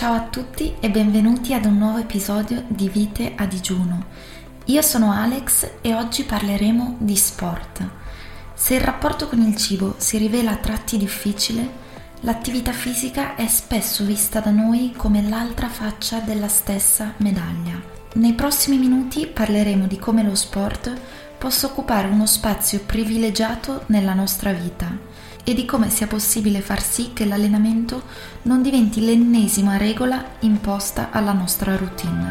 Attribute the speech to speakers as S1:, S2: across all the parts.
S1: Ciao a tutti e benvenuti ad un nuovo episodio di Vite a digiuno. Io sono Alex e oggi parleremo di sport. Se il rapporto con il cibo si rivela a tratti difficile, l'attività fisica è spesso vista da noi come l'altra faccia della stessa medaglia. Nei prossimi minuti parleremo di come lo sport possa occupare uno spazio privilegiato nella nostra vita e di come sia possibile far sì che l'allenamento non diventi l'ennesima regola imposta alla nostra routine.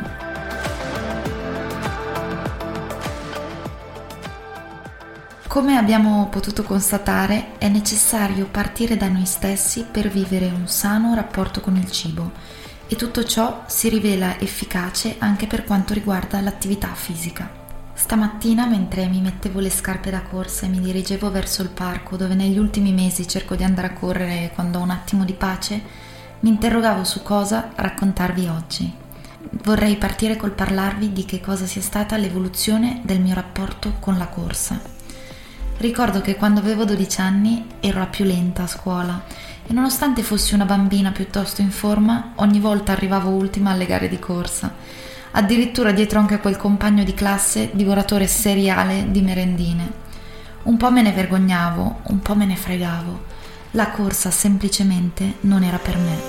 S1: Come abbiamo potuto constatare, è necessario partire da noi stessi per vivere un sano rapporto con il cibo e tutto ciò si rivela efficace anche per quanto riguarda l'attività fisica. Stamattina, mentre mi mettevo le scarpe da corsa e mi dirigevo verso il parco, dove negli ultimi mesi cerco di andare a correre quando ho un attimo di pace, mi interrogavo su cosa raccontarvi oggi. Vorrei partire col parlarvi di che cosa sia stata l'evoluzione del mio rapporto con la corsa. Ricordo che quando avevo 12 anni ero la più lenta a scuola e nonostante fossi una bambina piuttosto in forma, ogni volta arrivavo ultima alle gare di corsa. Addirittura dietro anche a quel compagno di classe divoratore seriale di merendine. Un po' me ne vergognavo, un po' me ne fregavo. La corsa semplicemente non era per me.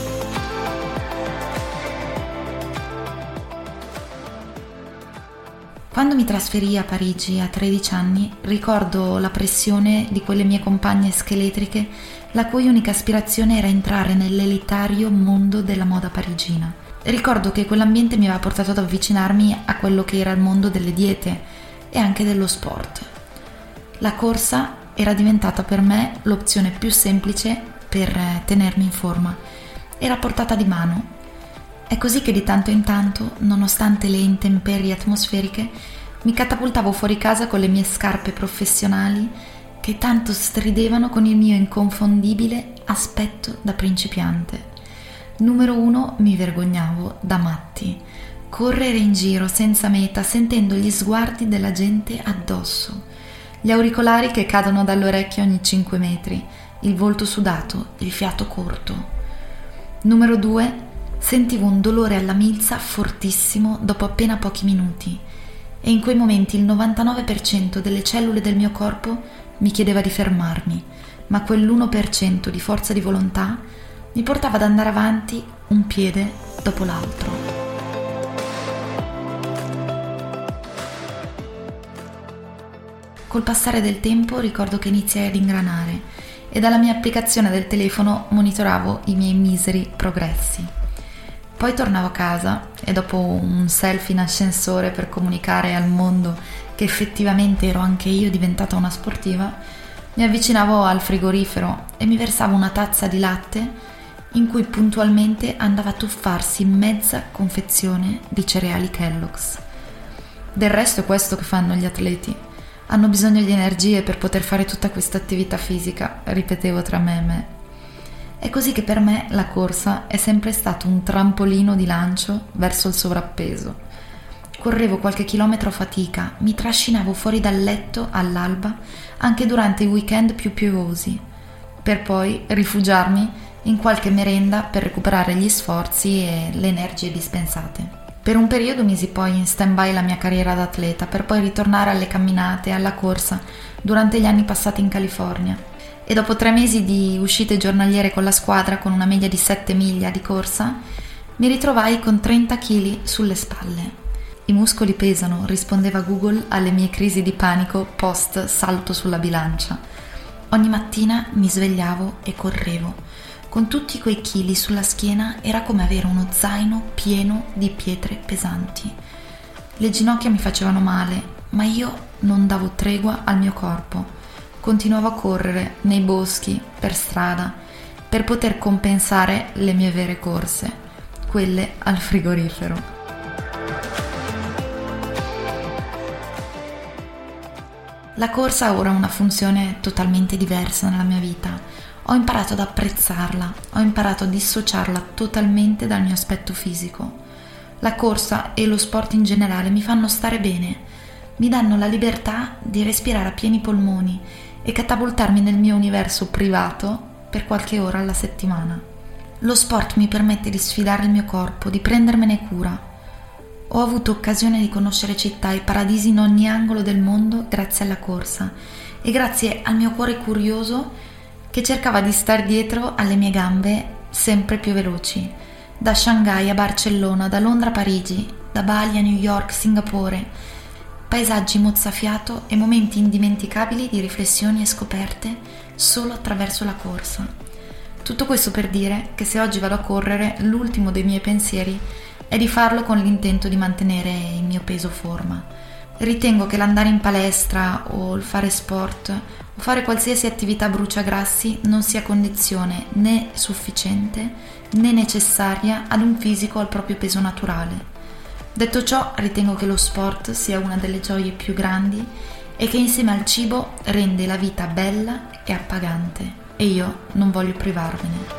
S1: Quando mi trasferii a Parigi a 13 anni, ricordo la pressione di quelle mie compagne scheletriche, la cui unica aspirazione era entrare nell'elitario mondo della moda parigina. Ricordo che quell'ambiente mi aveva portato ad avvicinarmi a quello che era il mondo delle diete e anche dello sport. La corsa era diventata per me l'opzione più semplice per tenermi in forma. Era a portata di mano. È così che di tanto in tanto, nonostante le intemperie atmosferiche, mi catapultavo fuori casa con le mie scarpe professionali che tanto stridevano con il mio inconfondibile aspetto da principiante. Numero 1, mi vergognavo da matti. Correre in giro senza meta, sentendo gli sguardi della gente addosso. Gli auricolari che cadono dall'orecchio ogni 5 metri, il volto sudato, il fiato corto. Numero 2, sentivo un dolore alla milza fortissimo dopo appena pochi minuti e in quei momenti il 99% delle cellule del mio corpo mi chiedeva di fermarmi, ma quell'1% di forza di volontà mi portava ad andare avanti un piede dopo l'altro. Col passare del tempo ricordo che iniziai ad ingranare e dalla mia applicazione del telefono monitoravo i miei miseri progressi. Poi tornavo a casa e dopo un selfie in ascensore per comunicare al mondo che effettivamente ero anche io diventata una sportiva, mi avvicinavo al frigorifero e mi versavo una tazza di latte in cui puntualmente andava a tuffarsi mezza confezione di cereali Kellogg's. Del resto è questo che fanno gli atleti. Hanno bisogno di energie per poter fare tutta questa attività fisica, ripetevo tra me e me. È così che per me la corsa è sempre stato un trampolino di lancio verso il sovrappeso. Correvo qualche chilometro a fatica, mi trascinavo fuori dal letto all'alba anche durante i weekend più piovosi, per poi rifugiarmi in qualche merenda per recuperare gli sforzi e le energie dispensate. Per un periodo misi poi in stand-by la mia carriera da atleta per poi ritornare alle camminate e alla corsa durante gli anni passati in California. E dopo 3 mesi di uscite giornaliere con la squadra con una media di 7 miglia di corsa, mi ritrovai con 30 kg sulle spalle. I muscoli pesano, rispondeva Google alle mie crisi di panico post salto sulla bilancia. Ogni mattina mi svegliavo e correvo. Con tutti quei chili sulla schiena era come avere uno zaino pieno di pietre pesanti. Le ginocchia mi facevano male, ma io non davo tregua al mio corpo. Continuavo a correre nei boschi, per strada, per poter compensare le mie vere corse, quelle al frigorifero. La corsa ha ora una funzione totalmente diversa nella mia vita. Ho imparato ad apprezzarla, ho imparato a dissociarla totalmente dal mio aspetto fisico. La corsa e lo sport in generale mi fanno stare bene, mi danno la libertà di respirare a pieni polmoni e catapultarmi nel mio universo privato per qualche ora alla settimana. Lo sport mi permette di sfidare il mio corpo, di prendermene cura. Ho avuto occasione di conoscere città e paradisi in ogni angolo del mondo grazie alla corsa e grazie al mio cuore curioso che cercava di star dietro alle mie gambe sempre più veloci. Da Shanghai a Barcellona, da Londra a Parigi, da Bali a New York, Singapore, paesaggi mozzafiato e momenti indimenticabili di riflessioni e scoperte solo attraverso la corsa. Tutto questo per dire che se oggi vado a correre, l'ultimo dei miei pensieri è di farlo con l'intento di mantenere il mio peso forma. Ritengo che l'andare in palestra o il fare sport o fare qualsiasi attività bruciagrassi non sia condizione né sufficiente né necessaria ad un fisico al proprio peso naturale. Detto ciò, ritengo che lo sport sia una delle gioie più grandi e che insieme al cibo rende la vita bella e appagante e io non voglio privarvene.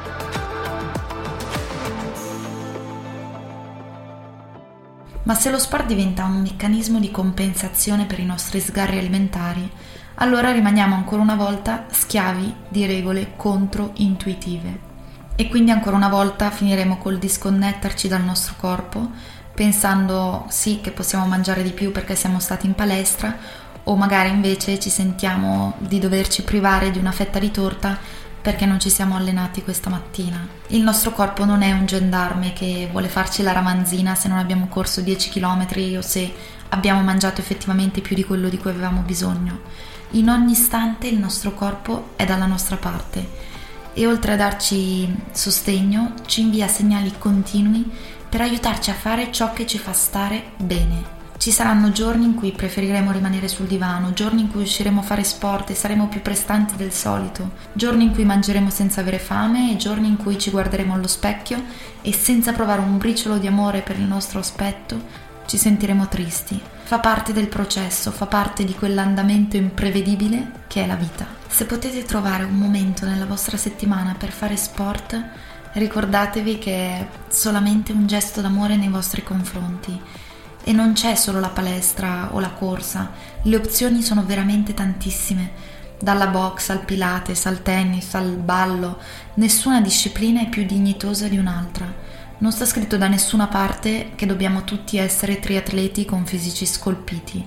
S1: Ma se lo sport diventa un meccanismo di compensazione per i nostri sgarri alimentari, allora rimaniamo ancora una volta schiavi di regole controintuitive. E quindi ancora una volta finiremo col disconnetterci dal nostro corpo, pensando sì che possiamo mangiare di più perché siamo stati in palestra, o magari invece ci sentiamo di doverci privare di una fetta di torta perché non ci siamo allenati questa mattina. Il nostro corpo non è un gendarme che vuole farci la ramanzina se non abbiamo corso 10 km o se abbiamo mangiato effettivamente più di quello di cui avevamo bisogno. In ogni istante il nostro corpo è dalla nostra parte e oltre a darci sostegno ci invia segnali continui per aiutarci a fare ciò che ci fa stare bene. Ci saranno giorni in cui preferiremo rimanere sul divano, giorni in cui usciremo a fare sport e saremo più prestanti del solito, giorni in cui mangeremo senza avere fame e giorni in cui ci guarderemo allo specchio e senza provare un briciolo di amore per il nostro aspetto ci sentiremo tristi. Fa parte del processo, fa parte di quell'andamento imprevedibile che è la vita. Se potete trovare un momento nella vostra settimana per fare sport, ricordatevi che è solamente un gesto d'amore nei vostri confronti. E non c'è solo la palestra o la corsa, le opzioni sono veramente tantissime, dalla box al pilates, al tennis, al ballo, nessuna disciplina è più dignitosa di un'altra. Non sta scritto da nessuna parte che dobbiamo tutti essere triatleti con fisici scolpiti.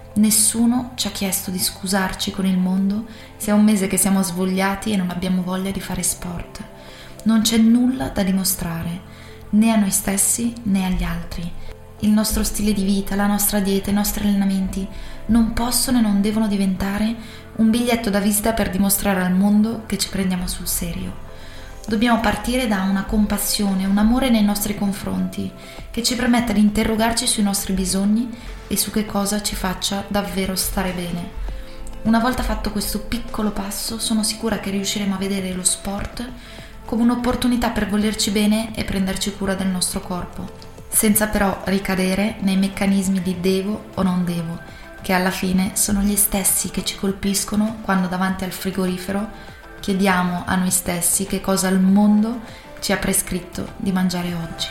S1: Nessuno ci ha chiesto di scusarci con il mondo se è un mese che siamo svogliati e non abbiamo voglia di fare sport. Non c'è nulla da dimostrare, né a noi stessi né agli altri. Il nostro stile di vita, la nostra dieta, i nostri allenamenti non possono e non devono diventare un biglietto da visita per dimostrare al mondo che ci prendiamo sul serio. Dobbiamo partire da una compassione, un amore nei nostri confronti che ci permetta di interrogarci sui nostri bisogni e su che cosa ci faccia davvero stare bene. Una volta fatto questo piccolo passo, sono sicura che riusciremo a vedere lo sport come un'opportunità per volerci bene e prenderci cura del nostro corpo, senza però ricadere nei meccanismi di devo o non devo, che alla fine sono gli stessi che ci colpiscono quando davanti al frigorifero chiediamo a noi stessi che cosa il mondo ci ha prescritto di mangiare oggi.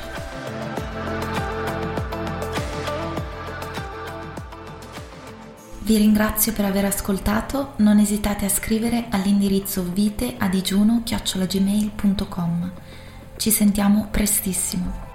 S1: Vi ringrazio per aver ascoltato, non esitate a scrivere all'indirizzo viteadigiuno@gmail.com. Ci sentiamo prestissimo.